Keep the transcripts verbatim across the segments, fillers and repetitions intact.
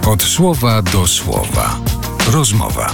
Od słowa do słowa. Rozmowa.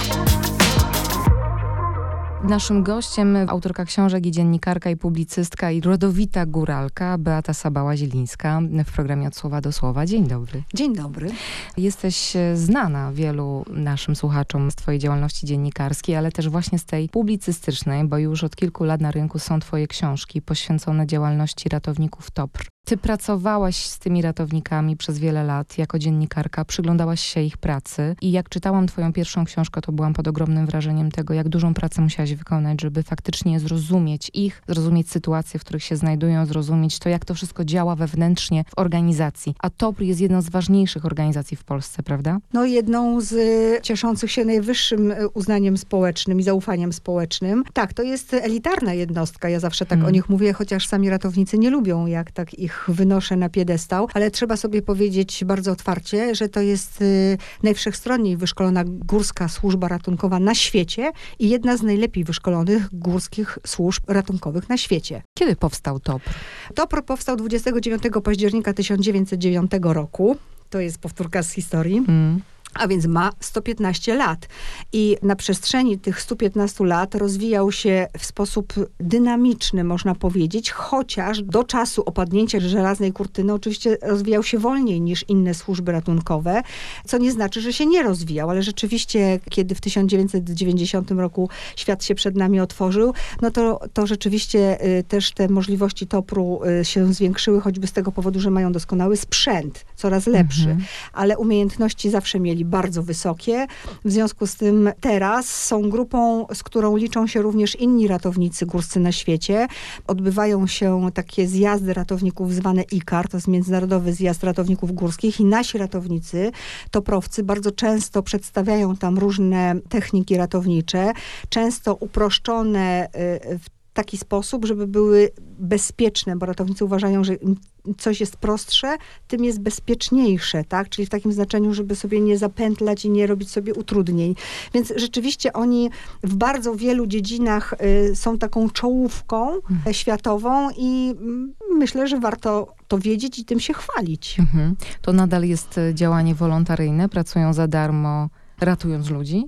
Naszym gościem autorka książek i dziennikarka i publicystka i rodowita góralka Beata Sabała-Zielińska w programie Od słowa do słowa. Dzień dobry. Dzień dobry. Jesteś znana wielu naszym słuchaczom z twojej działalności dziennikarskiej, ale też właśnie z tej publicystycznej, bo już od kilku lat na rynku są twoje książki poświęcone działalności ratowników T O P R. Ty pracowałaś z tymi ratownikami przez wiele lat jako dziennikarka, przyglądałaś się ich pracy i jak czytałam twoją pierwszą książkę, to byłam pod ogromnym wrażeniem tego, jak dużą pracę musiałaś wykonać, żeby faktycznie zrozumieć ich, zrozumieć sytuacje, w których się znajdują, zrozumieć to, jak to wszystko działa wewnętrznie w organizacji. A T O P R jest jedną z ważniejszych organizacji w Polsce, prawda? No jedną z cieszących się najwyższym uznaniem społecznym i zaufaniem społecznym. Tak, to jest elitarna jednostka. Ja zawsze tak hmm. o nich mówię, chociaż sami ratownicy nie lubią, jak tak ich wynoszę na piedestał, ale trzeba sobie powiedzieć bardzo otwarcie, że to jest y, najwszechstronniej wyszkolona górska służba ratunkowa na świecie i jedna z najlepiej wyszkolonych górskich służb ratunkowych na świecie. Kiedy powstał T O P R? T O P R powstał dwudziestego dziewiątego października tysiąc dziewięćset dziewiątego roku. To jest powtórka z historii. Mm. A więc ma sto piętnaście lat. I na przestrzeni tych stu piętnastu lat rozwijał się w sposób dynamiczny, można powiedzieć, chociaż do czasu opadnięcia żelaznej kurtyny oczywiście rozwijał się wolniej niż inne służby ratunkowe, co nie znaczy, że się nie rozwijał, ale rzeczywiście, kiedy w tysiąc dziewięćset dziewięćdziesiątym roku świat się przed nami otworzył, no to, to rzeczywiście y, też te możliwości T O P R-u y, się zwiększyły, choćby z tego powodu, że mają doskonały sprzęt, coraz lepszy, mhm. ale umiejętności zawsze mieli bardzo wysokie. W związku z tym teraz są grupą, z którą liczą się również inni ratownicy górscy na świecie. Odbywają się takie zjazdy ratowników zwane I C A R, to jest Międzynarodowy Zjazd Ratowników Górskich i nasi ratownicy, toprowcy, bardzo często przedstawiają tam różne techniki ratownicze, często uproszczone w taki sposób, żeby były bezpieczne, bo ratownicy uważają, że im coś jest prostsze, tym jest bezpieczniejsze, tak? Czyli w takim znaczeniu, żeby sobie nie zapętlać i nie robić sobie utrudnień. Więc rzeczywiście oni w bardzo wielu dziedzinach y, są taką czołówką mhm. światową i y, myślę, że warto to wiedzieć i tym się chwalić. Mhm. To nadal jest działanie wolontaryjne? Pracują za darmo, ratując ludzi?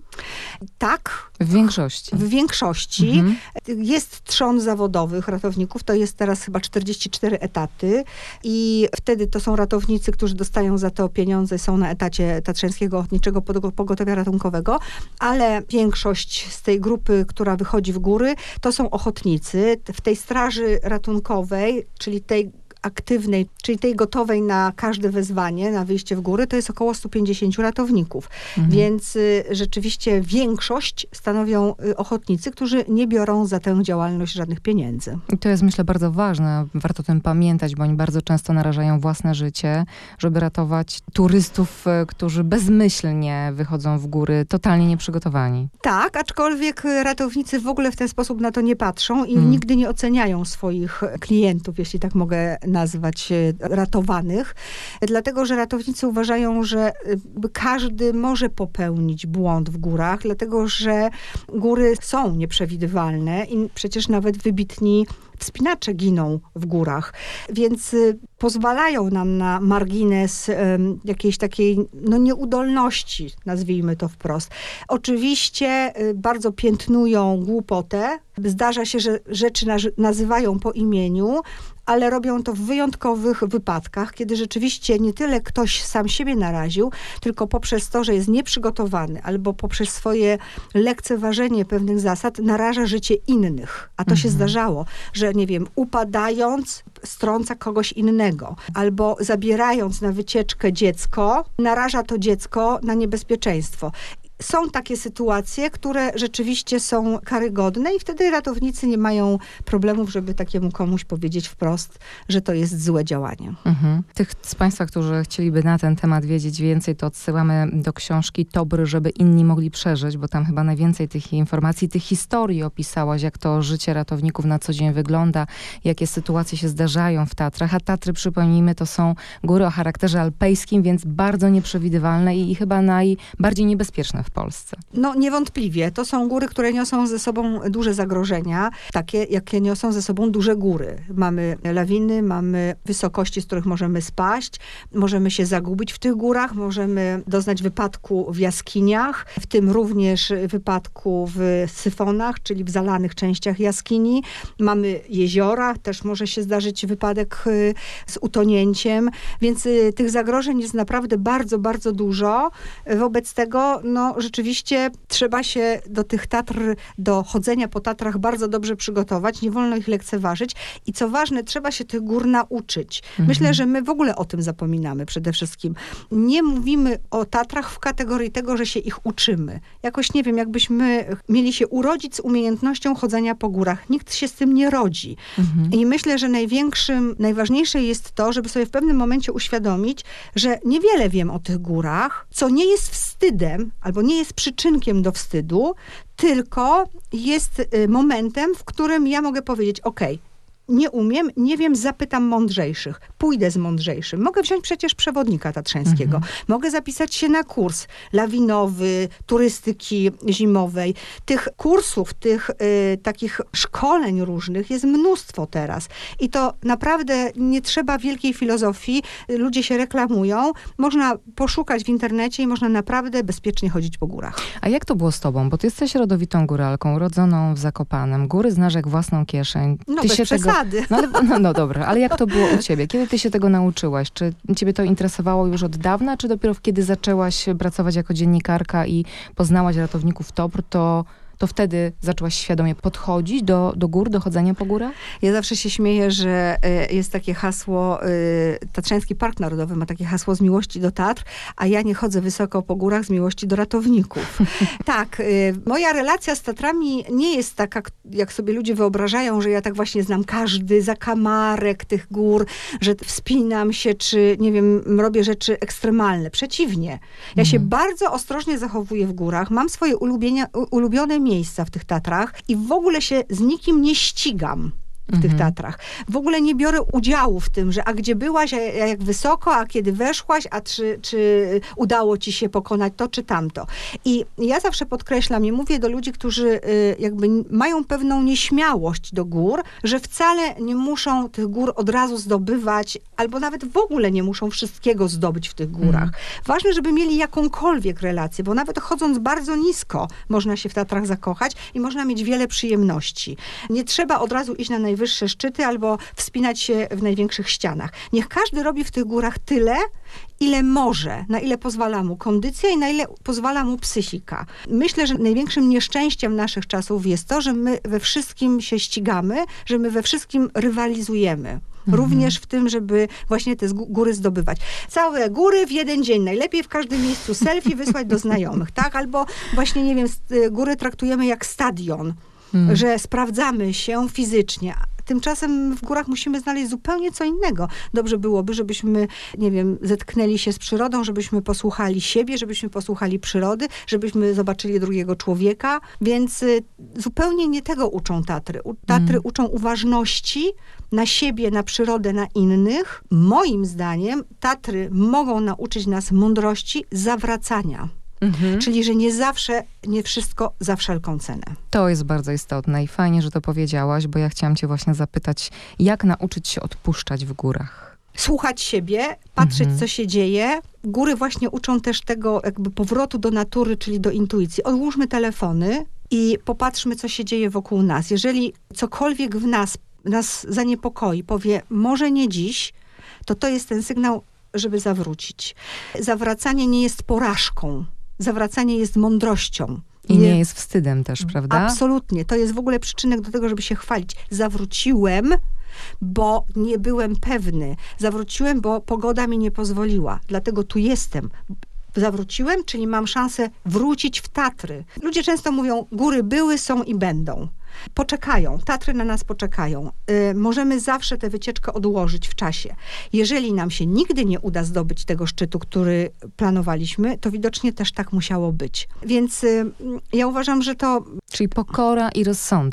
Tak. W większości? W większości. Mhm. Jest trzon zawodowych ratowników, to jest teraz chyba czterdzieści cztery etaty i wtedy to są ratownicy, którzy dostają za to pieniądze, są na etacie Tatrzańskiego Ochotniczego Pogotowia Ratunkowego, ale większość z tej grupy, która wychodzi w góry, to są ochotnicy. W tej straży ratunkowej, czyli tej aktywnej, czyli tej gotowej na każde wezwanie, na wyjście w góry, to jest około stu pięćdziesięciu ratowników. Mhm. Więc y, rzeczywiście większość stanowią y, ochotnicy, którzy nie biorą za tę działalność żadnych pieniędzy. I to jest, myślę, bardzo ważne. Warto o tym pamiętać, bo oni bardzo często narażają własne życie, żeby ratować turystów, y, którzy bezmyślnie wychodzą w góry, totalnie nieprzygotowani. Tak, aczkolwiek ratownicy w ogóle w ten sposób na to nie patrzą i hmm. nigdy nie oceniają swoich klientów, jeśli tak mogę nazwać, ratowanych. Dlatego, że ratownicy uważają, że każdy może popełnić błąd w górach, dlatego, że góry są nieprzewidywalne i przecież nawet wybitni wspinacze giną w górach, więc y, pozwalają nam na margines y, jakiejś takiej no, nieudolności, nazwijmy to wprost. Oczywiście y, bardzo piętnują głupotę. Zdarza się, że rzeczy na, nazywają po imieniu, ale robią to w wyjątkowych wypadkach, kiedy rzeczywiście nie tyle ktoś sam siebie naraził, tylko poprzez to, że jest nieprzygotowany, albo poprzez swoje lekceważenie pewnych zasad naraża życie innych. A to mhm. się zdarzało, że nie wiem, upadając strąca kogoś innego, albo zabierając na wycieczkę dziecko, naraża to dziecko na niebezpieczeństwo. Są takie sytuacje, które rzeczywiście są karygodne i wtedy ratownicy nie mają problemów, żeby takiemu komuś powiedzieć wprost, że to jest złe działanie. Mhm. Tych z Państwa, którzy chcieliby na ten temat wiedzieć więcej, to odsyłamy do książki T O P R, żeby inni mogli przeżyć, bo tam chyba najwięcej tych informacji, tych historii opisałaś, jak to życie ratowników na co dzień wygląda, jakie sytuacje się zdarzają w Tatrach. A Tatry, przypomnijmy, to są góry o charakterze alpejskim, więc bardzo nieprzewidywalne i, i chyba najbardziej niebezpieczne w Polsce? No niewątpliwie. To są góry, które niosą ze sobą duże zagrożenia, takie jakie niosą ze sobą duże góry. Mamy lawiny, mamy wysokości, z których możemy spaść, możemy się zagubić w tych górach, możemy doznać wypadku w jaskiniach, w tym również wypadku w syfonach, czyli w zalanych częściach jaskini. Mamy jeziora, też może się zdarzyć wypadek z utonięciem, więc tych zagrożeń jest naprawdę bardzo, bardzo dużo. Wobec tego, no rzeczywiście trzeba się do tych Tatr, do chodzenia po Tatrach bardzo dobrze przygotować, nie wolno ich lekceważyć i co ważne, trzeba się tych gór nauczyć. Mhm. Myślę, że my w ogóle o tym zapominamy przede wszystkim. Nie mówimy o Tatrach w kategorii tego, że się ich uczymy. Jakoś nie wiem, jakbyśmy mieli się urodzić z umiejętnością chodzenia po górach. Nikt się z tym nie rodzi. Mhm. I myślę, że największym, najważniejsze jest to, żeby sobie w pewnym momencie uświadomić, że niewiele wiem o tych górach, co nie jest wstydem, albo nie jest przyczynkiem do wstydu, tylko jest momentem, w którym ja mogę powiedzieć, okej, nie umiem, nie wiem, zapytam mądrzejszych. Pójdę z mądrzejszym. Mogę wziąć przecież przewodnika tatrzańskiego. Mhm. Mogę zapisać się na kurs lawinowy, turystyki zimowej. Tych kursów, tych y, takich szkoleń różnych jest mnóstwo teraz. I to naprawdę nie trzeba wielkiej filozofii. Ludzie się reklamują. Można poszukać w internecie i można naprawdę bezpiecznie chodzić po górach. A jak to było z tobą? Bo ty jesteś rodowitą góralką, urodzoną w Zakopanem. Góry znasz jak własną kieszeń. No ty bez się przesady. No, ale, no, no dobra, ale jak to było u ciebie? Kiedy ty się tego nauczyłaś? Czy ciebie to interesowało już od dawna, czy dopiero kiedy zaczęłaś pracować jako dziennikarka i poznałaś ratowników Topr, to, to wtedy zaczęłaś świadomie podchodzić do, do gór, do chodzenia po górach? Ja zawsze się śmieję, że y, jest takie hasło, y, Tatrzański Park Narodowy ma takie hasło z miłości do Tatr, a ja nie chodzę wysoko po górach z miłości do ratowników. Tak, y, moja relacja z Tatrami nie jest taka, jak sobie ludzie wyobrażają, że ja tak właśnie znam każdy zakamarek tych gór, że wspinam się, czy nie wiem, robię rzeczy ekstremalne. Przeciwnie. Ja mhm. się bardzo ostrożnie zachowuję w górach, mam swoje ulubienia, ulubione miejsca w tych Tatrach i w ogóle się z nikim nie ścigam w tych Tatrach. W ogóle nie biorę udziału w tym, że a gdzie byłaś, a jak wysoko, a kiedy weszłaś, a czy, czy udało ci się pokonać to, czy tamto. I ja zawsze podkreślam i mówię do ludzi, którzy jakby mają pewną nieśmiałość do gór, że wcale nie muszą tych gór od razu zdobywać, albo nawet w ogóle nie muszą wszystkiego zdobyć w tych górach. Mm. Ważne, żeby mieli jakąkolwiek relację, bo nawet chodząc bardzo nisko można się w Tatrach zakochać i można mieć wiele przyjemności. Nie trzeba od razu iść na naj najwyższe szczyty albo wspinać się w największych ścianach. Niech każdy robi w tych górach tyle, ile może, na ile pozwala mu kondycja i na ile pozwala mu psychika. Myślę, że największym nieszczęściem naszych czasów jest to, że my we wszystkim się ścigamy, że my we wszystkim rywalizujemy. Mhm. Również w tym, żeby właśnie te góry zdobywać. Całe góry w jeden dzień. Najlepiej w każdym miejscu selfie wysłać do znajomych, tak? Albo właśnie, nie wiem, góry traktujemy jak stadion. Hmm. Że sprawdzamy się fizycznie. Tymczasem w górach musimy znaleźć zupełnie co innego. Dobrze byłoby, żebyśmy, nie wiem, zetknęli się z przyrodą, żebyśmy posłuchali siebie, żebyśmy posłuchali przyrody, żebyśmy zobaczyli drugiego człowieka. Więc y, zupełnie nie tego uczą Tatry. U, Tatry hmm. uczą uważności na siebie, na przyrodę, na innych. Moim zdaniem Tatry mogą nauczyć nas mądrości zawracania. Mhm. Czyli, że nie zawsze, nie wszystko za wszelką cenę. To jest bardzo istotne i fajnie, że to powiedziałaś, bo ja chciałam cię właśnie zapytać, jak nauczyć się odpuszczać w górach? Słuchać siebie, patrzeć, mhm. co się dzieje. Góry właśnie uczą też tego jakby powrotu do natury, czyli do intuicji. Odłóżmy telefony i popatrzmy, co się dzieje wokół nas. Jeżeli cokolwiek w nas, nas zaniepokoi, powie, może nie dziś, to to jest ten sygnał, żeby zawrócić. Zawracanie nie jest porażką. Zawracanie jest mądrością. I nie jest wstydem też, prawda? Absolutnie. To jest w ogóle przyczynek do tego, żeby się chwalić. Zawróciłem, bo nie byłem pewny. Zawróciłem, bo pogoda mi nie pozwoliła. Dlatego tu jestem. Zawróciłem, czyli mam szansę wrócić w Tatry. Ludzie często mówią, góry były, są i będą. Poczekają, Tatry na nas poczekają. Yy, możemy zawsze tę wycieczkę odłożyć w czasie. Jeżeli nam się nigdy nie uda zdobyć tego szczytu, który planowaliśmy, to widocznie też tak musiało być. Więc yy, ja uważam, że to... Czyli pokora i rozsądek.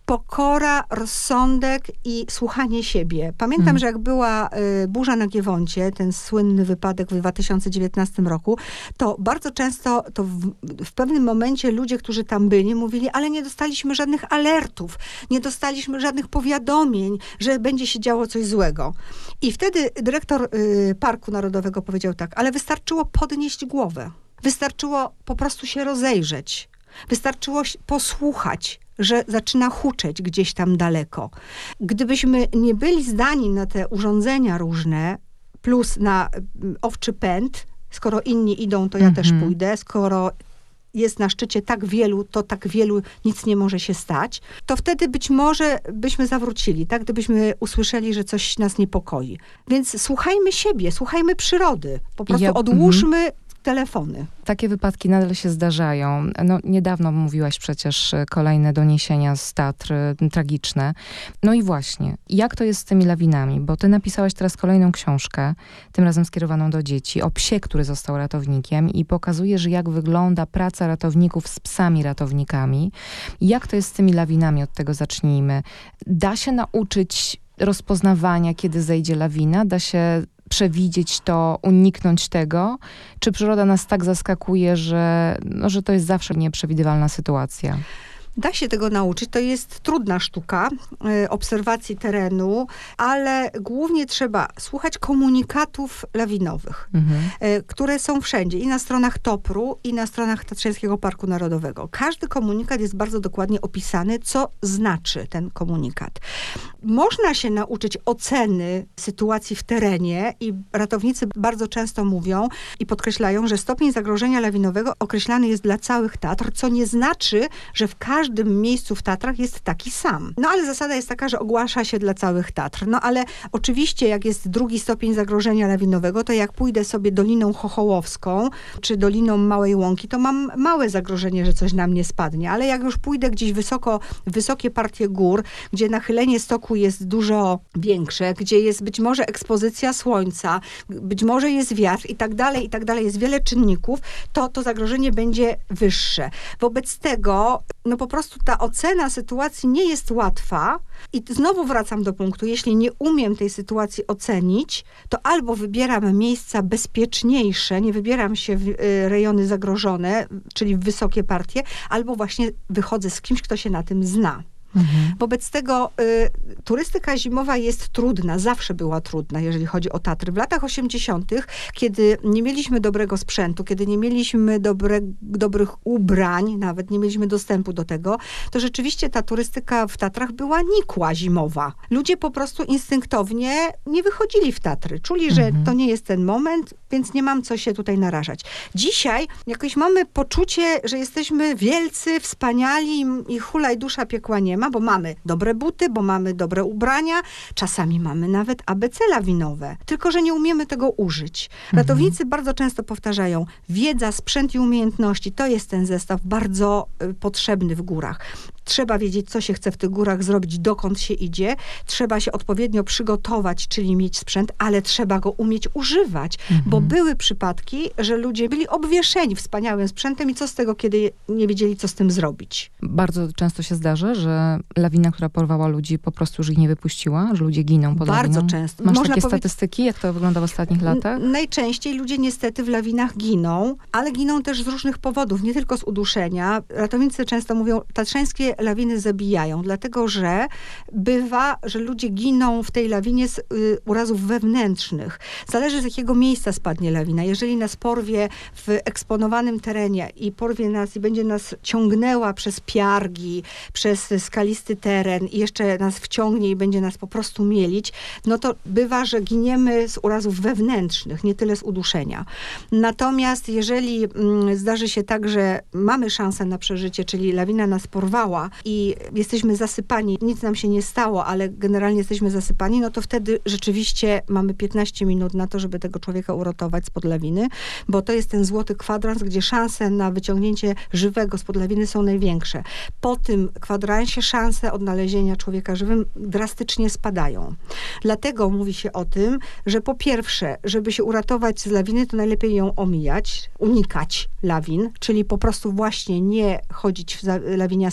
Pokora, rozsądek i słuchanie siebie. Pamiętam, hmm. że jak była y, burza na Giewoncie, ten słynny wypadek w dwa tysiące dziewiętnastym roku, to bardzo często to w, w pewnym momencie ludzie, którzy tam byli, mówili, ale nie dostaliśmy żadnych alertów, nie dostaliśmy żadnych powiadomień, że będzie się działo coś złego. I wtedy dyrektor y, Parku Narodowego powiedział tak, ale wystarczyło podnieść głowę. Wystarczyło po prostu się rozejrzeć. Wystarczyło posłuchać, że zaczyna huczeć gdzieś tam daleko. Gdybyśmy nie byli zdani na te urządzenia różne, plus na owczy pęd, skoro inni idą, to ja mm-hmm. też pójdę, skoro jest na szczycie tak wielu, to tak wielu nic nie może się stać, to wtedy być może byśmy zawrócili, tak? Gdybyśmy usłyszeli, że coś nas niepokoi. Więc słuchajmy siebie, słuchajmy przyrody. Po prostu ja, odłóżmy mm. telefony. Takie wypadki nadal się zdarzają. No, niedawno mówiłaś przecież kolejne doniesienia z Tatr, tragiczne. No i właśnie, jak to jest z tymi lawinami? Bo ty napisałaś teraz kolejną książkę, tym razem skierowaną do dzieci, o psie, który został ratownikiem i pokazujesz, jak wygląda praca ratowników z psami ratownikami. Jak to jest z tymi lawinami? Od tego zacznijmy. Da się nauczyć rozpoznawania, kiedy zejdzie lawina? Da się przewidzieć to, uniknąć tego? Czy przyroda nas tak zaskakuje, że, no, że to jest zawsze nieprzewidywalna sytuacja? Da się tego nauczyć. To jest trudna sztuka y, obserwacji terenu, ale głównie trzeba słuchać komunikatów lawinowych, mhm. y, które są wszędzie. I na stronach Topru, i na stronach Tatrzańskiego Parku Narodowego. Każdy komunikat jest bardzo dokładnie opisany, co znaczy ten komunikat. Można się nauczyć oceny sytuacji w terenie i ratownicy bardzo często mówią i podkreślają, że stopień zagrożenia lawinowego określany jest dla całych Tatr, co nie znaczy, że w każdym W każdym miejscu w Tatrach jest taki sam. No ale zasada jest taka, że ogłasza się dla całych Tatr. No ale oczywiście jak jest drugi stopień zagrożenia lawinowego, to jak pójdę sobie Doliną Chochołowską, czy Doliną Małej Łąki, to mam małe zagrożenie, że coś na mnie spadnie. Ale jak już pójdę gdzieś wysoko, wysokie partie gór, gdzie nachylenie stoku jest dużo większe, gdzie jest być może ekspozycja słońca, być może jest wiatr i tak dalej, i tak dalej, jest wiele czynników, to to zagrożenie będzie wyższe. Wobec tego, no po prostu ta ocena sytuacji nie jest łatwa i znowu wracam do punktu, jeśli nie umiem tej sytuacji ocenić, to albo wybieram miejsca bezpieczniejsze, nie wybieram się w rejony zagrożone, czyli w wysokie partie, albo właśnie wychodzę z kimś, kto się na tym zna. Mhm. Wobec tego y, turystyka zimowa jest trudna, zawsze była trudna, jeżeli chodzi o Tatry. W latach osiemdziesiątych, kiedy nie mieliśmy dobrego sprzętu, kiedy nie mieliśmy dobre, dobrych ubrań, nawet nie mieliśmy dostępu do tego, to rzeczywiście ta turystyka w Tatrach była nikła zimowa. Ludzie po prostu instynktownie nie wychodzili w Tatry. Czuli, że mhm. to nie jest ten moment, więc nie mam co się tutaj narażać. Dzisiaj jakoś mamy poczucie, że jesteśmy wielcy, wspaniali i hulaj dusza piekła nie ma, bo mamy dobre buty, bo mamy dobre ubrania, czasami mamy nawet A B C lawinowe, tylko że nie umiemy tego użyć. Ratownicy mhm. bardzo często powtarzają, wiedza, sprzęt i umiejętności to jest ten zestaw bardzo y, potrzebny w górach. Trzeba wiedzieć, co się chce w tych górach zrobić, dokąd się idzie. Trzeba się odpowiednio przygotować, czyli mieć sprzęt, ale trzeba go umieć używać, mhm. bo były przypadki, że ludzie byli obwieszeni wspaniałym sprzętem i co z tego, kiedy nie wiedzieli, co z tym zrobić. Bardzo często się zdarza, że lawina, która porwała ludzi, po prostu już ich nie wypuściła, że ludzie giną pod Bardzo lawiną. często. Masz Można takie powie... statystyki, jak to wygląda w ostatnich latach? N- najczęściej ludzie niestety w lawinach giną, ale giną też z różnych powodów, nie tylko z uduszenia. Ratownicy często mówią, tatrzańskie lawiny zabijają, dlatego że bywa, że ludzie giną w tej lawinie z y, urazów wewnętrznych. Zależy, z jakiego miejsca spadnie lawina. Jeżeli nas porwie w eksponowanym terenie i porwie nas i będzie nas ciągnęła przez piargi, przez skalisty teren i jeszcze nas wciągnie i będzie nas po prostu mielić, no to bywa, że giniemy z urazów wewnętrznych, nie tyle z uduszenia. Natomiast jeżeli mm, zdarzy się tak, że mamy szansę na przeżycie, czyli lawina nas porwała i jesteśmy zasypani, nic nam się nie stało, ale generalnie jesteśmy zasypani, no to wtedy rzeczywiście mamy piętnaście minut na to, żeby tego człowieka uratować spod lawiny, bo to jest ten złoty kwadrans, gdzie szanse na wyciągnięcie żywego spod lawiny są największe. Po tym kwadransie szanse odnalezienia człowieka żywym drastycznie spadają. Dlatego mówi się o tym, że po pierwsze, żeby się uratować z lawiny, to najlepiej ją omijać, unikać lawin, czyli po prostu właśnie nie chodzić w lawiniaste tereny,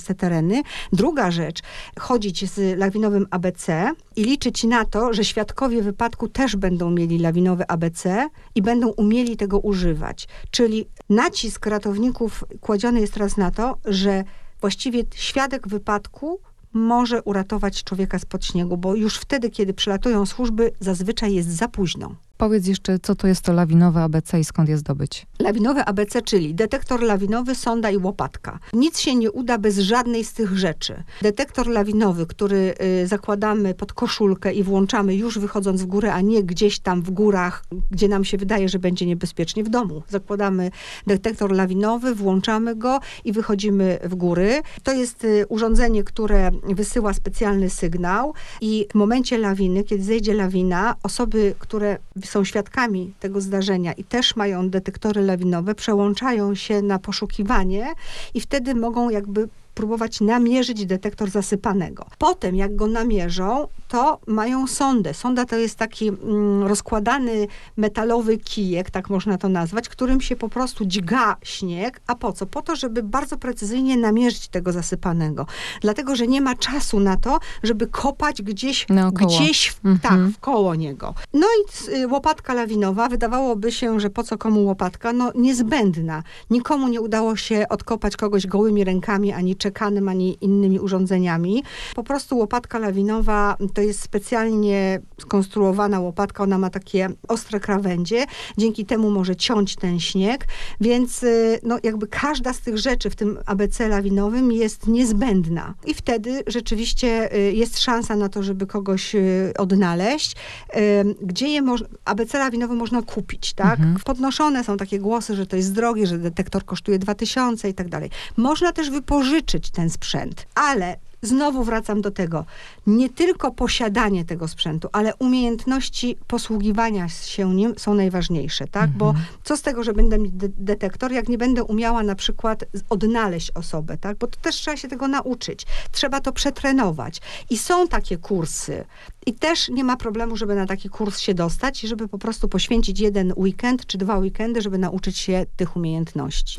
syreny. Druga rzecz, chodzić z lawinowym A B C i liczyć na to, że świadkowie wypadku też będą mieli lawinowe A B C i będą umieli tego używać. Czyli nacisk ratowników kładziony jest teraz na to, że właściwie świadek wypadku może uratować człowieka spod śniegu, bo już wtedy, kiedy przylatują służby, zazwyczaj jest za późno. Powiedz jeszcze, co to jest to lawinowe A B C i skąd je zdobyć? Lawinowe A B C, czyli detektor lawinowy, sonda i łopatka. Nic się nie uda bez żadnej z tych rzeczy. Detektor lawinowy, który y, zakładamy pod koszulkę i włączamy już wychodząc w górę, a nie gdzieś tam w górach, gdzie nam się wydaje, że będzie niebezpiecznie w domu. Zakładamy detektor lawinowy, włączamy go i wychodzimy w góry. To jest y, urządzenie, które wysyła specjalny sygnał i w momencie lawiny, kiedy zejdzie lawina, osoby, które są świadkami tego zdarzenia i też mają detektory lawinowe, przełączają się na poszukiwanie i wtedy mogą jakby próbować namierzyć detektor zasypanego. Potem, jak go namierzą, to mają sondę. Sonda to jest taki mm, rozkładany metalowy kijek, tak można to nazwać, którym się po prostu dźga śnieg. A po co? Po to, żeby bardzo precyzyjnie namierzyć tego zasypanego. Dlatego, że nie ma czasu na to, żeby kopać gdzieś, gdzieś w, mhm. tak, w koło niego. No i y, łopatka lawinowa. Wydawałoby się, że po co komu łopatka? No niezbędna. Nikomu nie udało się odkopać kogoś gołymi rękami, ani czekanym, ani innymi urządzeniami. Po prostu łopatka lawinowa to jest specjalnie skonstruowana łopatka. Ona ma takie ostre krawędzie. Dzięki temu może ciąć ten śnieg. Więc no, jakby każda z tych rzeczy w tym A B C lawinowym jest niezbędna. I wtedy rzeczywiście jest szansa na to, żeby kogoś odnaleźć. Gdzie je mo- A B C lawinowy można kupić, tak? Mhm. Podnoszone są takie głosy, że to jest drogie, że detektor kosztuje dwa tysiące i tak dalej. Można też wypożyczyć ten sprzęt, ale znowu wracam do tego, nie tylko posiadanie tego sprzętu, ale umiejętności posługiwania się nim są najważniejsze, tak? Mhm. Bo co z tego, że będę mieć de- detektor, jak nie będę umiała na przykład odnaleźć osobę, tak? Bo to też trzeba się tego nauczyć. Trzeba to przetrenować. I są takie kursy. I też nie ma problemu, żeby na taki kurs się dostać i żeby po prostu poświęcić jeden weekend czy dwa weekendy, żeby nauczyć się tych umiejętności.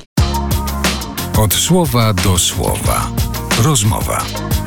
Od słowa do słowa. Rozmowa.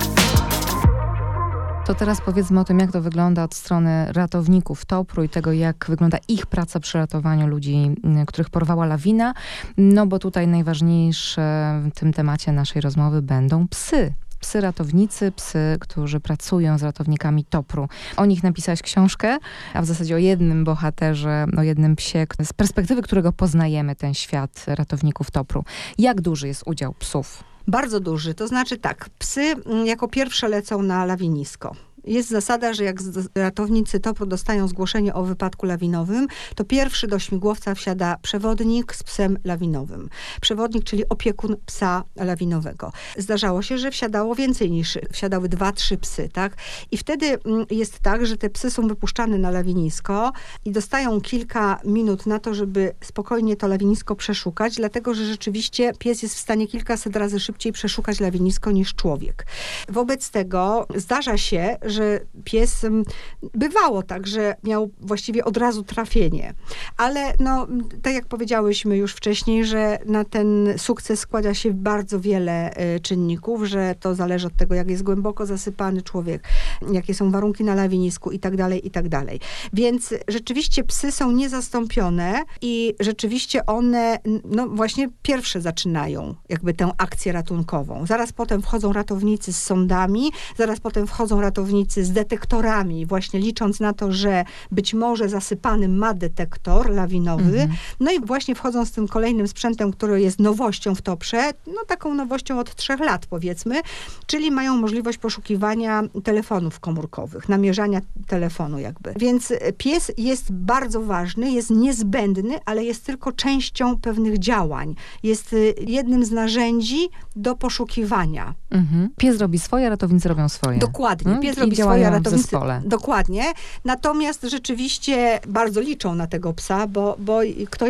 To teraz powiedzmy o tym, jak to wygląda od strony ratowników topru i tego, jak wygląda ich praca przy ratowaniu ludzi, których porwała lawina. No bo tutaj najważniejsze w tym temacie naszej rozmowy będą psy. Psy ratownicy, psy, którzy pracują z ratownikami topru. O nich napisałaś książkę, a w zasadzie o jednym bohaterze, o jednym psie, z perspektywy którego poznajemy ten świat ratowników topru. Jak duży jest udział psów? Bardzo duży. To znaczy tak, psy jako pierwsze lecą na lawinisko. Jest zasada, że jak ratownicy topru dostają zgłoszenie o wypadku lawinowym, to pierwszy do śmigłowca wsiada przewodnik z psem lawinowym. Przewodnik, czyli opiekun psa lawinowego. Zdarzało się, że wsiadało więcej niż, wsiadały dwa, trzy psy, tak? I wtedy jest tak, że te psy są wypuszczane na lawinisko i dostają kilka minut na to, żeby spokojnie to lawinisko przeszukać, dlatego, że rzeczywiście pies jest w stanie kilkaset razy szybciej przeszukać lawinisko niż człowiek. Wobec tego zdarza się, że pies, bywało tak, że miał właściwie od razu trafienie. Ale no, tak jak powiedziałyśmy już wcześniej, że na ten sukces składa się bardzo wiele y, czynników, że to zależy od tego, jak jest głęboko zasypany człowiek, jakie są warunki na lawinisku i tak dalej, i tak dalej. Więc rzeczywiście psy są niezastąpione i rzeczywiście one, no właśnie pierwsze zaczynają jakby tę akcję ratunkową. Zaraz potem wchodzą ratownicy z sondami, zaraz potem wchodzą ratownicy z detektorami, właśnie licząc na to, że być może zasypany ma detektor lawinowy. Mm-hmm. No i właśnie wchodzą z tym kolejnym sprzętem, który jest nowością w toprze, no taką nowością od trzech lat powiedzmy, czyli mają możliwość poszukiwania telefonów komórkowych, namierzania telefonu jakby. Więc pies jest bardzo ważny, jest niezbędny, ale jest tylko częścią pewnych działań. Jest jednym z narzędzi do poszukiwania. Mm-hmm. Pies robi swoje, ratownicy robią swoje. Dokładnie. Hmm? Pies I robi działają swoje, ratownicy. W zespole. Dokładnie. Natomiast rzeczywiście bardzo liczą na tego psa, bo, bo kto jak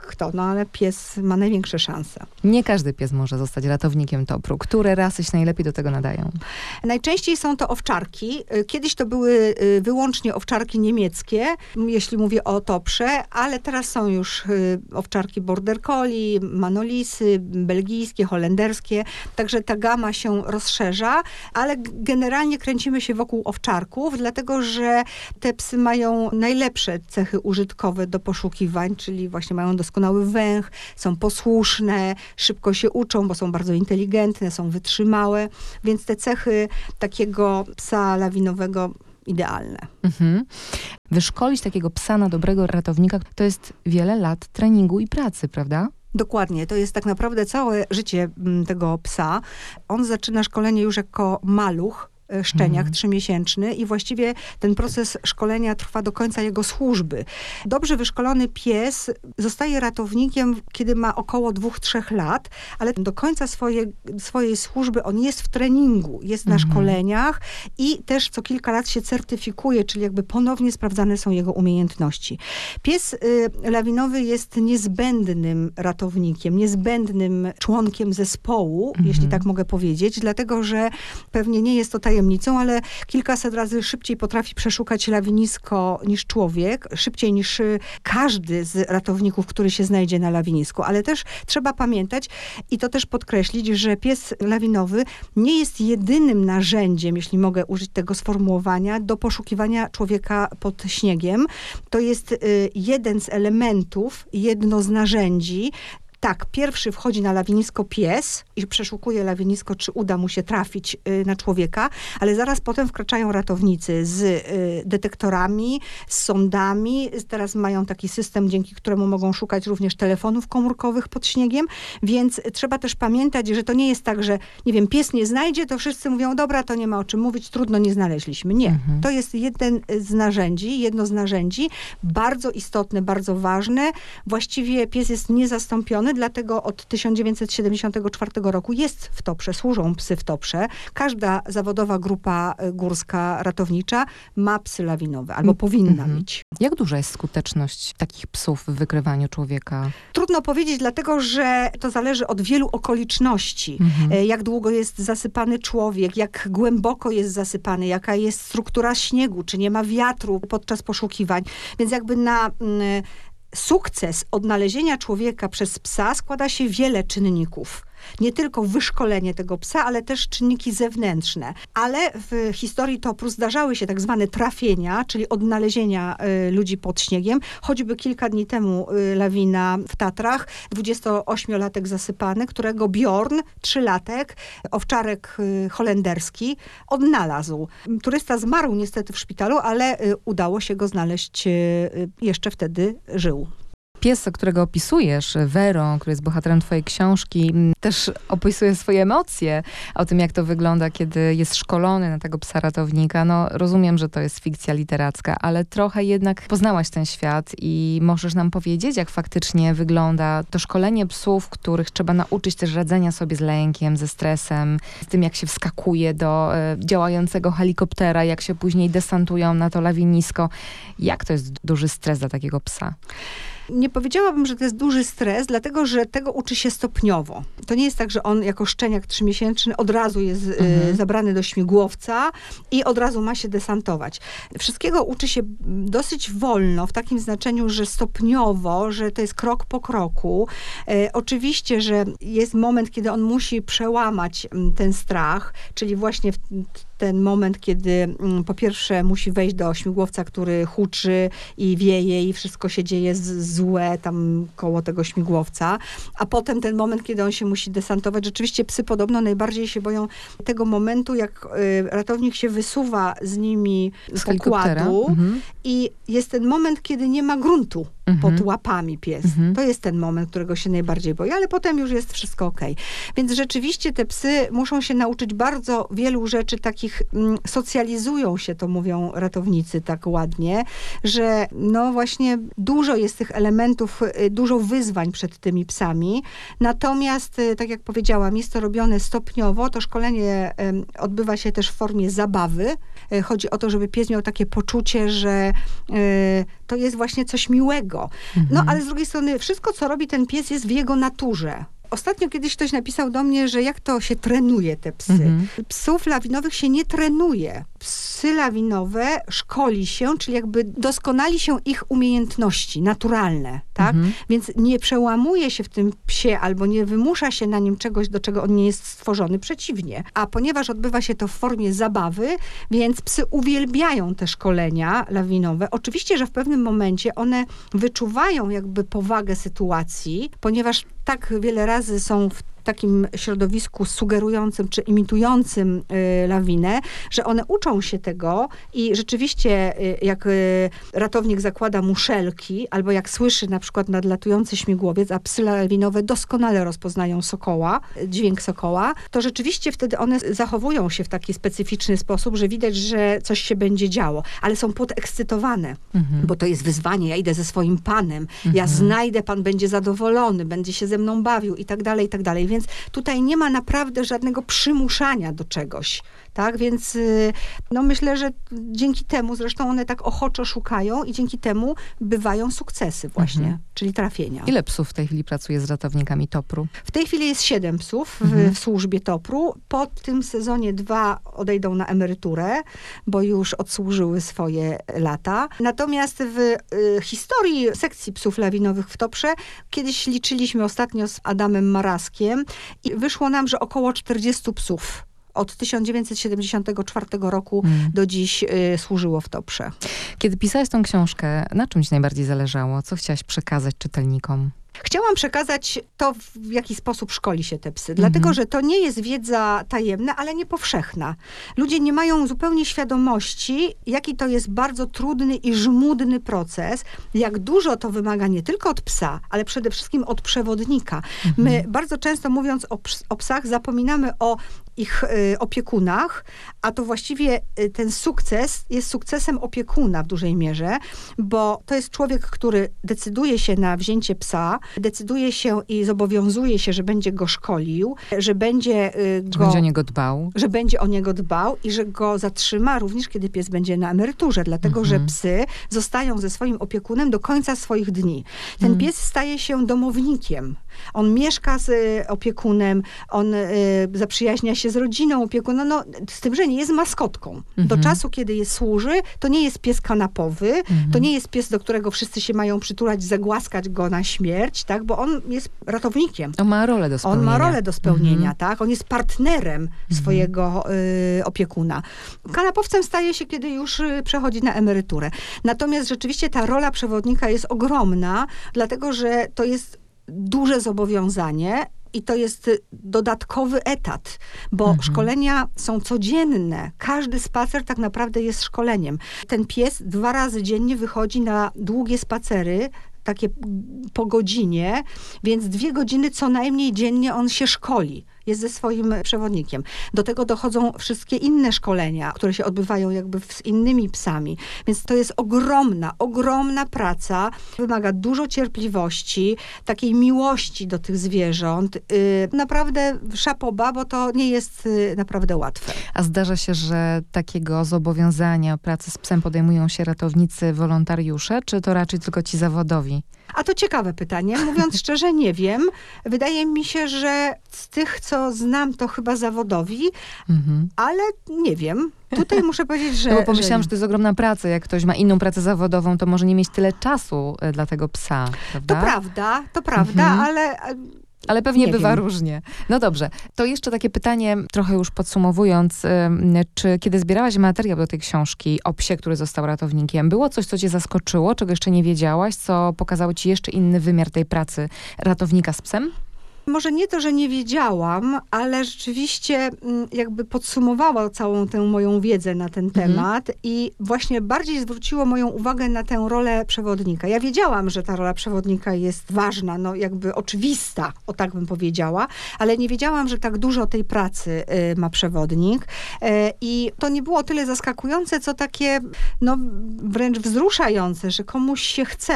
kto, no ale pies ma największe szanse. Nie każdy pies może zostać ratownikiem topru. Które rasy się najlepiej do tego nadają? Najczęściej są to owczarki. Kiedyś to były wyłącznie owczarki niemieckie, jeśli mówię o toprze, ale teraz są już owczarki border collie, manolisy, belgijskie, holenderskie, także ta gama się rozszerza, ale generalnie kręcimy się wokół owczarków, dlatego że te psy mają najlepsze cechy użytkowe do poszukiwań, czyli właśnie mają doskonały węch, są posłuszne, szybko się uczą, bo są bardzo inteligentne, są wytrzymałe, więc te cechy takiego psa lawinowego idealne. Mhm. Wyszkolić takiego psa na dobrego ratownika to jest wiele lat treningu i pracy, prawda? Dokładnie. To jest tak naprawdę całe życie tego psa. On zaczyna szkolenie już jako maluch, szczeniak mhm. trzymiesięczny i właściwie ten proces szkolenia trwa do końca jego służby. Dobrze wyszkolony pies zostaje ratownikiem, kiedy ma około dwóch, trzech lat, ale do końca swoje, swojej służby on jest w treningu, jest na mhm. szkoleniach i też co kilka lat się certyfikuje, czyli jakby ponownie sprawdzane są jego umiejętności. Pies y, lawinowy jest niezbędnym ratownikiem, niezbędnym członkiem zespołu, mhm. jeśli tak mogę powiedzieć, dlatego że pewnie nie jest to tajemnica, ale kilkaset razy szybciej potrafi przeszukać lawinisko niż człowiek, szybciej niż każdy z ratowników, który się znajdzie na lawinisku. Ale też trzeba pamiętać i to też podkreślić, że pies lawinowy nie jest jedynym narzędziem, jeśli mogę użyć tego sformułowania, do poszukiwania człowieka pod śniegiem. To jest y, jeden z elementów, jedno z narzędzi. Tak, pierwszy wchodzi na lawinisko pies i przeszukuje lawinisko, czy uda mu się trafić y, na człowieka, ale zaraz potem wkraczają ratownicy z y, detektorami, z sondami. Teraz mają taki system, dzięki któremu mogą szukać również telefonów komórkowych pod śniegiem, więc trzeba też pamiętać, że to nie jest tak, że nie wiem, pies nie znajdzie, to wszyscy mówią, dobra, to nie ma o czym mówić, trudno, nie znaleźliśmy. Nie. Mhm. To jest jeden z narzędzi, jedno z narzędzi, bardzo istotne, bardzo ważne. Właściwie pies jest niezastąpiony, dlatego od tysiąc dziewięćset siedemdziesiątego czwartego roku jest w toprze, służą psy w toprze. Każda zawodowa grupa górska ratownicza ma psy lawinowe, albo powinna mm-hmm. mieć. Jak duża jest skuteczność takich psów w wykrywaniu człowieka? Trudno powiedzieć, dlatego że to zależy od wielu okoliczności. Mm-hmm. Jak długo jest zasypany człowiek, jak głęboko jest zasypany, jaka jest struktura śniegu, czy nie ma wiatru podczas poszukiwań. Więc jakby na... Mm, sukces odnalezienia człowieka przez psa składa się wiele czynników. Nie tylko wyszkolenie tego psa, ale też czynniki zewnętrzne. Ale w historii topru zdarzały się tak zwane trafienia, czyli odnalezienia y, ludzi pod śniegiem. Choćby kilka dni temu y, lawina w Tatrach, dwudziestoośmiolatek zasypany, którego Bjorn, trzylatek, owczarek y, holenderski, odnalazł. Turysta zmarł niestety w szpitalu, ale y, udało się go znaleźć, y, jeszcze wtedy żył. Pies, którego opisujesz, Vero, który jest bohaterem twojej książki, też opisuje swoje emocje o tym, jak to wygląda, kiedy jest szkolony na tego psa ratownika. No, rozumiem, że to jest fikcja literacka, ale trochę jednak poznałaś ten świat i możesz nam powiedzieć, jak faktycznie wygląda to szkolenie psów, których trzeba nauczyć też radzenia sobie z lękiem, ze stresem, z tym, jak się wskakuje do e, działającego helikoptera, jak się później desantują na to lawinisko. Jak to jest duży stres dla takiego psa? Nie powiedziałabym, że to jest duży stres, dlatego że tego uczy się stopniowo. To nie jest tak, że on jako szczeniak trzymiesięczny od razu jest mhm. y, zabrany do śmigłowca i od razu ma się desantować. Wszystkiego uczy się dosyć wolno, w takim znaczeniu, że stopniowo, że to jest krok po kroku. E, oczywiście, że jest moment, kiedy on musi przełamać m, ten strach, czyli właśnie w, ten moment, kiedy m, po pierwsze musi wejść do śmigłowca, który huczy i wieje i wszystko się dzieje z, złe tam koło tego śmigłowca, a potem ten moment, kiedy on się musi desantować. Rzeczywiście psy podobno najbardziej się boją tego momentu, jak y, ratownik się wysuwa z nimi z pokładu mhm. i jest ten moment, kiedy nie ma gruntu mhm. pod łapami pies. Mhm. To jest ten moment, którego się najbardziej boi, ale potem już jest wszystko okej. Więc rzeczywiście te psy muszą się nauczyć bardzo wielu rzeczy takich, mm, socjalizują się, to mówią ratownicy tak ładnie, że no właśnie dużo jest tych elementów, dużo wyzwań przed tymi psami. Natomiast, tak jak powiedziałam, jest to robione stopniowo. To szkolenie odbywa się też w formie zabawy. Chodzi o to, żeby pies miał takie poczucie, że to jest właśnie coś miłego. Mhm. No, ale z drugiej strony, wszystko, co robi ten pies, jest w jego naturze. Ostatnio kiedyś ktoś napisał do mnie, że jak to się trenuje te psy. Mhm. Psów lawinowych się nie trenuje. Psy lawinowe szkoli się, czyli jakby doskonali się ich umiejętności naturalne, tak? Mhm. Więc nie przełamuje się w tym psie albo nie wymusza się na nim czegoś, do czego on nie jest stworzony. Przeciwnie. A ponieważ odbywa się to w formie zabawy, więc psy uwielbiają te szkolenia lawinowe. Oczywiście, że w pewnym momencie one wyczuwają jakby powagę sytuacji, ponieważ tak wiele razy są w takim środowisku sugerującym czy imitującym y, lawinę, że one uczą się tego i rzeczywiście y, jak y, ratownik zakłada muszelki, albo jak słyszy na przykład nadlatujący śmigłowiec, a psy lawinowe doskonale rozpoznają sokoła, dźwięk sokoła, to rzeczywiście wtedy one zachowują się w taki specyficzny sposób, że widać, że coś się będzie działo, ale są podekscytowane, mhm. bo to jest wyzwanie, ja idę ze swoim panem, mhm. ja znajdę, pan będzie zadowolony, będzie się ze mną bawił i tak dalej, i tak dalej. Więc tutaj nie ma naprawdę żadnego przymuszania do czegoś, tak? Więc no myślę, że dzięki temu, zresztą one tak ochoczo szukają i dzięki temu bywają sukcesy właśnie, mhm. czyli trafienia. Ile psów w tej chwili pracuje z ratownikami TOPR-u? W tej chwili jest siedem psów mhm. w, w służbie TOPR-u. Po tym sezonie dwa odejdą na emeryturę, bo już odsłużyły swoje lata. Natomiast w y, historii sekcji psów lawinowych w TOPR-ze kiedyś liczyliśmy ostatnio z Adamem Maraskiem i wyszło nam, że około czterdziestu psów od tysiąc dziewięćset siedemdziesiątego czwartego roku hmm. do dziś y, służyło w TOPR-ze. Kiedy pisałaś tą książkę, na czym ci najbardziej zależało? Co chciałaś przekazać czytelnikom? Chciałam przekazać to, w jaki sposób szkoli się te psy. Dlatego, mhm. że to nie jest wiedza tajemna, ale niepowszechna. Ludzie nie mają zupełnie świadomości, jaki to jest bardzo trudny i żmudny proces. Jak dużo to wymaga nie tylko od psa, ale przede wszystkim od przewodnika. Mhm. My bardzo często mówiąc o, ps- o psach zapominamy o ich y, opiekunach, a to właściwie y, ten sukces jest sukcesem opiekuna w dużej mierze, bo to jest człowiek, który decyduje się na wzięcie psa, decyduje się i zobowiązuje się, że będzie go szkolił, że będzie y, go... Że będzie o niego dbał. Że będzie o niego dbał i że go zatrzyma również, kiedy pies będzie na emeryturze, dlatego, mhm. że psy zostają ze swoim opiekunem do końca swoich dni. Ten mhm. pies staje się domownikiem. On mieszka z y, opiekunem, on y, zaprzyjaźnia się z rodziną opiekuna, no z tym, że nie jest maskotką. Mhm. Do czasu, kiedy je służy, to nie jest pies kanapowy, mhm. to nie jest pies, do którego wszyscy się mają przytulać, zagłaskać go na śmierć, tak, bo on jest ratownikiem. On ma rolę do spełnienia. On ma rolę do spełnienia, mhm. tak, on jest partnerem mhm. swojego y, opiekuna. Kanapowcem staje się, kiedy już y, przechodzi na emeryturę. Natomiast rzeczywiście ta rola przewodnika jest ogromna, dlatego, że to jest duże zobowiązanie i to jest dodatkowy etat, bo mhm. szkolenia są codzienne. Każdy spacer tak naprawdę jest szkoleniem. Ten pies dwa razy dziennie wychodzi na długie spacery, takie po godzinie, więc dwie godziny co najmniej dziennie on się szkoli. Jest ze swoim przewodnikiem. Do tego dochodzą wszystkie inne szkolenia, które się odbywają jakby z innymi psami. Więc to jest ogromna, ogromna praca. Wymaga dużo cierpliwości, takiej miłości do tych zwierząt. Yy, naprawdę szapoba, bo to nie jest yy, naprawdę łatwe. A zdarza się, że takiego zobowiązania pracy z psem podejmują się ratownicy, wolontariusze, czy to raczej tylko ci zawodowi? A to ciekawe pytanie. Mówiąc szczerze, nie wiem. Wydaje mi się, że z tych, co znam, to chyba zawodowi, mhm. ale nie wiem. Tutaj muszę powiedzieć, że... No bo pomyślałam, że... że to jest ogromna praca. Jak ktoś ma inną pracę zawodową, to może nie mieć tyle czasu dla tego psa, prawda? To prawda, to prawda, mhm. ale... Ale pewnie nie bywa wiem. różnie. No dobrze, to jeszcze takie pytanie, trochę już podsumowując, czy kiedy zbierałaś materiał do tej książki o psie, który został ratownikiem, było coś, co cię zaskoczyło, czego jeszcze nie wiedziałaś, co pokazało ci jeszcze inny wymiar tej pracy ratownika z psem? Może nie to, że nie wiedziałam, ale rzeczywiście jakby podsumowała całą tę moją wiedzę na ten mhm. temat i właśnie bardziej zwróciło moją uwagę na tę rolę przewodnika. Ja wiedziałam, że ta rola przewodnika jest ważna, no jakby oczywista, o tak bym powiedziała, ale nie wiedziałam, że tak dużo tej pracy y, ma przewodnik. Y, I to nie było tyle zaskakujące, co takie no wręcz wzruszające, że komuś się chce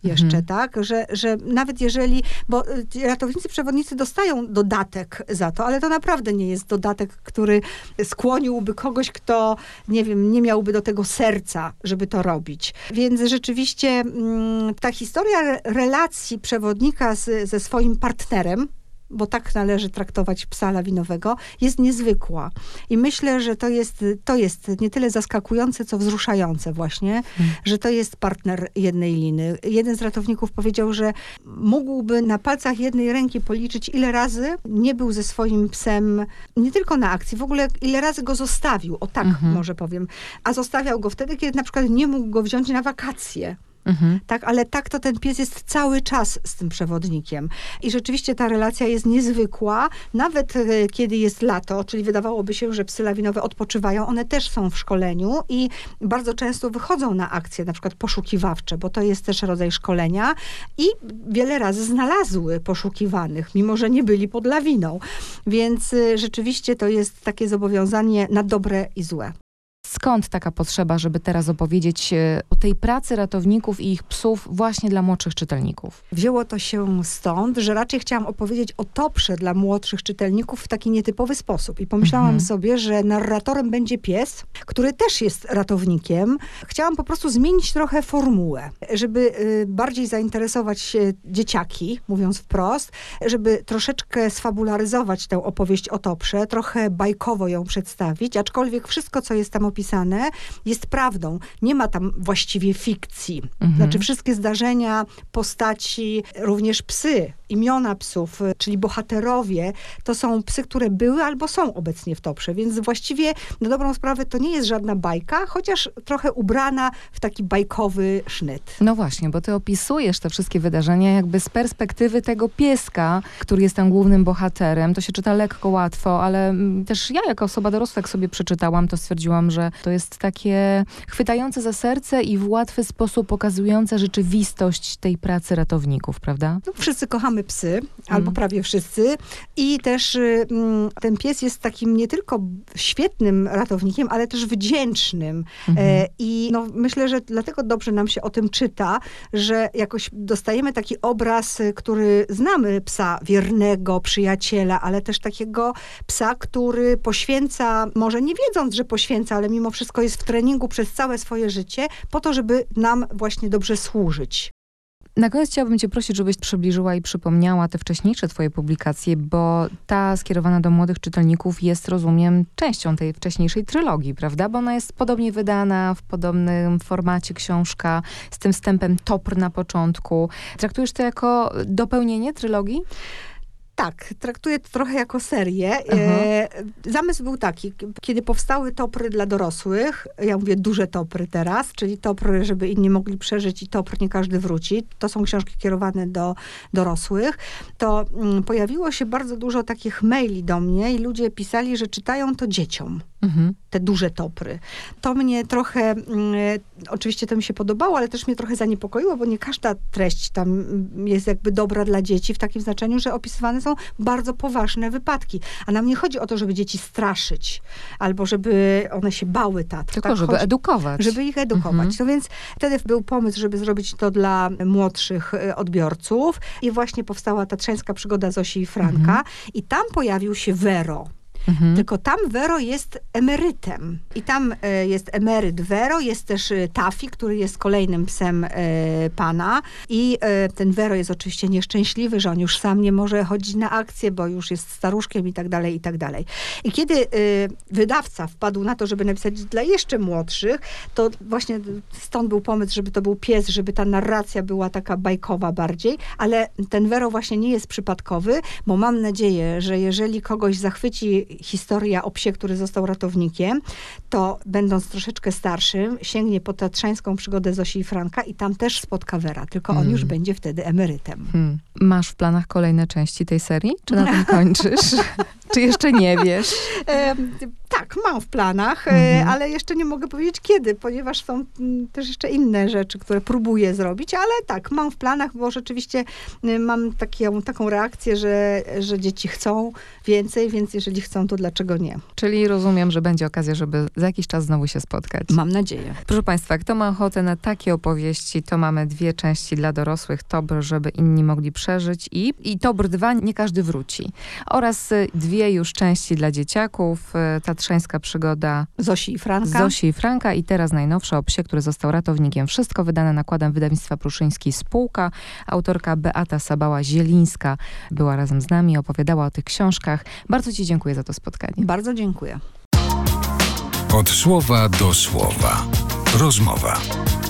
jeszcze, Mhm. tak? Że, że nawet jeżeli, bo ratownicy przewodnicy dostają dodatek za to, ale to naprawdę nie jest dodatek, który skłoniłby kogoś, kto, nie wiem, nie miałby do tego serca, żeby to robić. Więc rzeczywiście mm, ta historia relacji przewodnika z, ze swoim partnerem, bo tak należy traktować psa lawinowego, jest niezwykła. I myślę, że to jest, to jest nie tyle zaskakujące, co wzruszające właśnie, hmm. że to jest partner jednej liny. Jeden z ratowników powiedział, że mógłby na palcach jednej ręki policzyć, ile razy nie był ze swoim psem, nie tylko na akcji, w ogóle ile razy go zostawił, o tak hmm. może powiem. A zostawiał go wtedy, kiedy na przykład nie mógł go wziąć na wakacje. Mhm. Tak, ale tak to ten pies jest cały czas z tym przewodnikiem. I rzeczywiście ta relacja jest niezwykła. Nawet e, kiedy jest lato, czyli wydawałoby się, że psy lawinowe odpoczywają, one też są w szkoleniu i bardzo często wychodzą na akcje, na przykład poszukiwawcze, bo to jest też rodzaj szkolenia i wiele razy znalazły poszukiwanych, mimo że nie byli pod lawiną. Więc e, rzeczywiście to jest takie zobowiązanie na dobre i złe. Skąd taka potrzeba, żeby teraz opowiedzieć o tej pracy ratowników i ich psów właśnie dla młodszych czytelników? Wzięło to się stąd, że raczej chciałam opowiedzieć o toprze dla młodszych czytelników w taki nietypowy sposób. I pomyślałam mhm. sobie, że narratorem będzie pies, który też jest ratownikiem. Chciałam po prostu zmienić trochę formułę, żeby y, bardziej zainteresować dzieciaki, mówiąc wprost, żeby troszeczkę sfabularyzować tę opowieść o toprze, trochę bajkowo ją przedstawić, aczkolwiek wszystko, co jest tam opisane, jest prawdą. Nie ma tam właściwie fikcji. Mhm. Znaczy wszystkie zdarzenia, postaci, również psy, imiona psów, czyli bohaterowie, to są psy, które były albo są obecnie w toprze. Więc właściwie na dobrą sprawę to nie jest żadna bajka, chociaż trochę ubrana w taki bajkowy sznyt. No właśnie, bo ty opisujesz te wszystkie wydarzenia jakby z perspektywy tego pieska, który jest tam głównym bohaterem. To się czyta lekko, łatwo, ale też ja jako osoba dorosła, jak sobie przeczytałam, to stwierdziłam, że to jest takie chwytające za serce i w łatwy sposób pokazujące rzeczywistość tej pracy ratowników, prawda? No, wszyscy kochamy psy, mm. albo prawie wszyscy. I też y, ten pies jest takim nie tylko świetnym ratownikiem, ale też wdzięcznym. Mm-hmm. E, I no, myślę, że dlatego dobrze nam się o tym czyta, że jakoś dostajemy taki obraz, który znamy psa wiernego, przyjaciela, ale też takiego psa, który poświęca, może nie wiedząc, że poświęca, ale mimo wszystko jest w treningu przez całe swoje życie, po to, żeby nam właśnie dobrze służyć. Na koniec chciałabym cię prosić, żebyś przybliżyła i przypomniała te wcześniejsze twoje publikacje, bo ta skierowana do młodych czytelników jest, rozumiem, częścią tej wcześniejszej trylogii, prawda? Bo ona jest podobnie wydana, w podobnym formacie książka, z tym wstępem Topr na początku. Traktujesz to jako dopełnienie trylogii? Tak, traktuję to trochę jako serię. E, zamysł był taki, kiedy powstały topry dla dorosłych, ja mówię duże topry teraz, czyli topry, żeby inni mogli przeżyć i topr nie każdy wróci. To są książki kierowane do dorosłych. To mm, pojawiło się bardzo dużo takich maili do mnie i ludzie pisali, że czytają to dzieciom. Mhm. Te duże topry. To mnie trochę, mm, oczywiście to mi się podobało, ale też mnie trochę zaniepokoiło, bo nie każda treść tam jest jakby dobra dla dzieci w takim znaczeniu, że opisywane są bardzo poważne wypadki. A nam nie chodzi o to, żeby dzieci straszyć, albo żeby one się bały tatr. Tylko tak? żeby chodzi, edukować. Żeby ich edukować. Mhm. No więc wtedy był pomysł, żeby zrobić to dla młodszych odbiorców i właśnie powstała ta Trzańska przygoda Zosi i Franka. Mhm. I tam pojawił się Vero. Mhm. Tylko tam Vero jest emerytem. I tam e, jest emeryt Vero, jest też e, Taffy, który jest kolejnym psem e, pana. I e, ten Vero jest oczywiście nieszczęśliwy, że on już sam nie może chodzić na akcję, bo już jest staruszkiem i tak dalej, i tak dalej. I kiedy e, wydawca wpadł na to, żeby napisać dla jeszcze młodszych, to właśnie stąd był pomysł, żeby to był pies, żeby ta narracja była taka bajkowa bardziej, ale ten Vero właśnie nie jest przypadkowy, bo mam nadzieję, że jeżeli kogoś zachwyci historia o psie, który został ratownikiem, to będąc troszeczkę starszym, sięgnie po tatrzańską przygodę Zosi i Franka i tam też spotka Vera, tylko hmm. on już będzie wtedy emerytem. Hmm. Masz w planach kolejne części tej serii? Czy na tym kończysz? Czy jeszcze nie wiesz? E, tak, mam w planach, Mhm. e, ale jeszcze nie mogę powiedzieć kiedy, ponieważ są m, też jeszcze inne rzeczy, które próbuję zrobić, ale tak, mam w planach, bo rzeczywiście y, mam takie, taką reakcję, że, że dzieci chcą więcej, więc jeżeli chcą, to dlaczego nie? Czyli rozumiem, że będzie okazja, żeby za jakiś czas znowu się spotkać. Mam nadzieję. Proszę Państwa, kto ma ochotę na takie opowieści, to mamy dwie części dla dorosłych, Tobr, żeby inni mogli przeżyć i, i Tobr dwa, nie każdy wróci. Oraz y, dwie już części dla dzieciaków, y, Tatrzańska przygoda Zosi i Franka. Zosi i Franka i teraz najnowsza o psie, który został ratownikiem. Wszystko wydane nakładem wydawnictwa Pruszyński Spółka. Autorka Beata Sabała-Zielińska była razem z nami, opowiadała o tych książkach. Bardzo Ci dziękuję za to spotkanie. Bardzo dziękuję. Od słowa do słowa. Rozmowa.